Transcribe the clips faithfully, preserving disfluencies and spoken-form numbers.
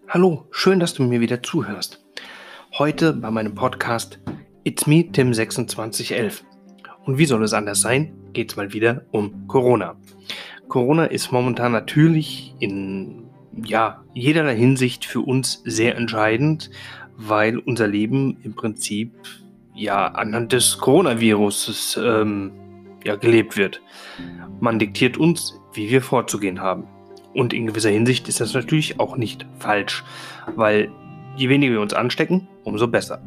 Hallo, schön, dass du mir wieder zuhörst. Heute bei meinem Podcast It's me, Tim sechsundzwanzig elf. Und wie soll es anders sein, geht es mal wieder um Corona. Corona ist momentan natürlich in ja, jederlei Hinsicht für uns sehr entscheidend, weil unser Leben im Prinzip ja anhand des Coronavirus ähm, ja, gelebt wird. Man diktiert uns, wie wir vorzugehen haben. Und in gewisser Hinsicht ist das natürlich auch nicht falsch, weil je weniger wir uns anstecken, umso besser.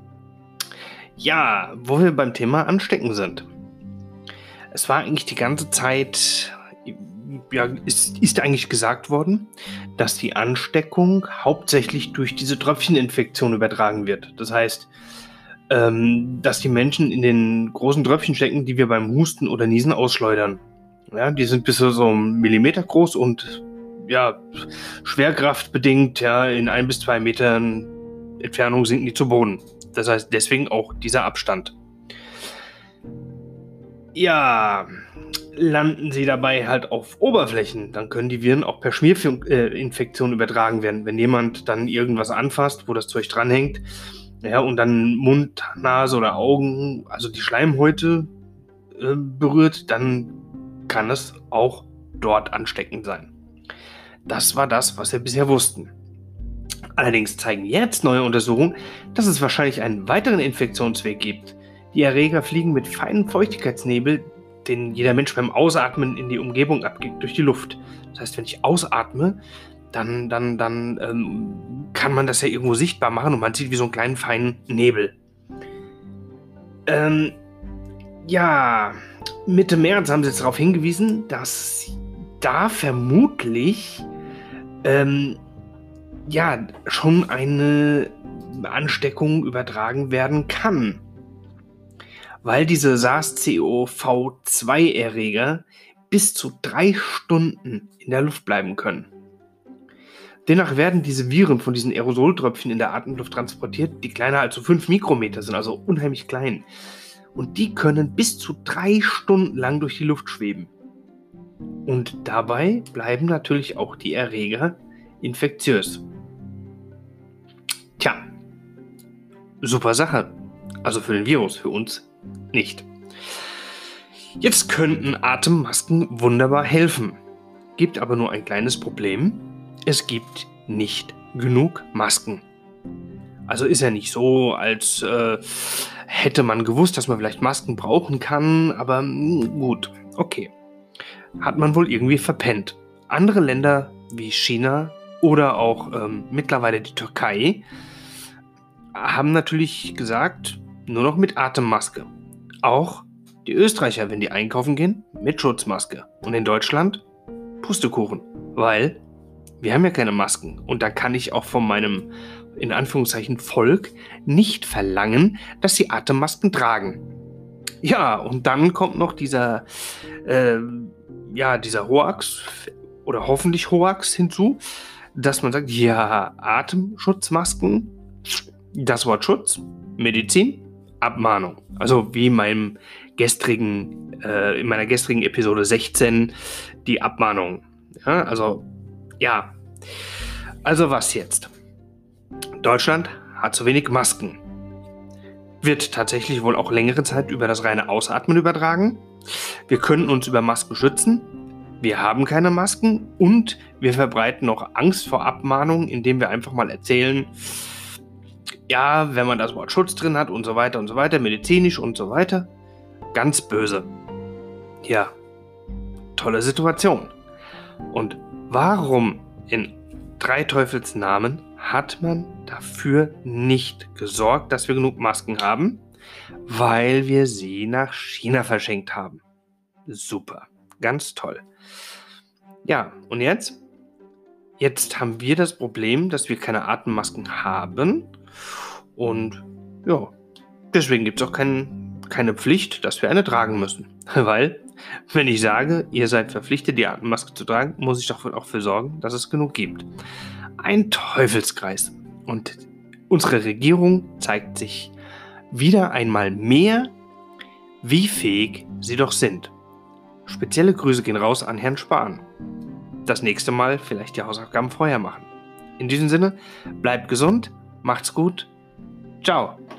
Ja, wo wir beim Thema Anstecken sind. Es war eigentlich die ganze Zeit, ja, ist, ist eigentlich gesagt worden, dass die Ansteckung hauptsächlich durch diese Tröpfcheninfektion übertragen wird. Das heißt, ähm, dass die Menschen in den großen Tröpfchen stecken, die wir beim Husten oder Niesen ausschleudern. Ja, die sind bis zu so einem Millimeter groß und ja, schwerkraftbedingt, ja, in ein bis zwei Metern Entfernung sinken die zu Boden. Das heißt, deswegen auch dieser Abstand. Ja, landen sie dabei halt auf Oberflächen, dann können die Viren auch per Schmierinfektion äh, übertragen werden. Wenn jemand dann irgendwas anfasst, wo das Zeug dranhängt, ja, und dann Mund, Nase oder Augen, also die Schleimhäute äh, berührt, dann kann es auch dort ansteckend sein. Das war das, was wir bisher wussten. Allerdings zeigen jetzt neue Untersuchungen, dass es wahrscheinlich einen weiteren Infektionsweg gibt. Die Erreger fliegen mit feinem Feuchtigkeitsnebel, den jeder Mensch beim Ausatmen in die Umgebung abgibt, durch die Luft. Das heißt, wenn ich ausatme, dann, dann, dann ähm, kann man das ja irgendwo sichtbar machen und man sieht wie so einen kleinen feinen Nebel. Ähm, ja... Mitte März haben sie jetzt darauf hingewiesen, dass da vermutlich ähm, ja, schon eine Ansteckung übertragen werden kann. Weil diese SARS-C o V zwei Erreger bis zu drei Stunden in der Luft bleiben können. Demnach werden diese Viren von diesen Aerosoltröpfchen in der Atemluft transportiert, die kleiner als so fünf Mikrometer sind, also unheimlich klein. Und die können bis zu drei Stunden lang durch die Luft schweben. Und dabei bleiben natürlich auch die Erreger infektiös. Tja, super Sache. Also für den Virus, für uns nicht. Jetzt könnten Atemmasken wunderbar helfen. Gibt aber nur ein kleines Problem. Es gibt nicht genug Masken. Also ist ja nicht so, als äh, hätte man gewusst, dass man vielleicht Masken brauchen kann, aber mh, gut, okay. Hat man wohl irgendwie verpennt. Andere Länder wie China oder auch ähm, mittlerweile die Türkei haben natürlich gesagt, nur noch mit Atemmaske. Auch die Österreicher, wenn die einkaufen gehen, mit Schutzmaske. Und in Deutschland Pustekuchen, weil wir haben ja keine Masken. Und da kann ich auch von meinem, in Anführungszeichen, Volk nicht verlangen, dass sie Atemmasken tragen. Ja, und dann kommt noch dieser, äh, ja, dieser Hoax oder hoffentlich Hoax hinzu, dass man sagt, ja, Atemschutzmasken, das Wort Schutz, Medizin, Abmahnung. Also wie in meinem gestrigen, äh, in meiner gestrigen Episode sechzehn, die Abmahnung. Ja, also, ja. Also was jetzt? Deutschland hat zu wenig Masken. Wird tatsächlich wohl auch längere Zeit über das reine Ausatmen übertragen. Wir können uns über Masken schützen. Wir haben keine Masken und wir verbreiten noch Angst vor Abmahnungen, indem wir einfach mal erzählen, ja, wenn man das Wort Schutz drin hat und so weiter und so weiter, medizinisch und so weiter. Ganz böse. Ja, tolle Situation. Und warum in drei Teufels Namen hat man dafür nicht gesorgt, dass wir genug Masken haben? Weil wir sie nach China verschenkt haben. Super, ganz toll. Ja, und jetzt? Jetzt haben wir das Problem, dass wir keine Atemmasken haben. Und ja, deswegen gibt es auch kein, keine Pflicht, dass wir eine tragen müssen. Weil, wenn ich sage, ihr seid verpflichtet, die Atemmaske zu tragen, muss ich doch auch dafür sorgen, dass es genug gibt. Ein Teufelskreis. Und unsere Regierung zeigt sich wieder einmal mehr, wie fähig sie doch sind. Spezielle Grüße gehen raus an Herrn Spahn. Das nächste Mal vielleicht die Hausaufgaben vorher machen. In diesem Sinne, bleibt gesund, macht's gut. Ciao.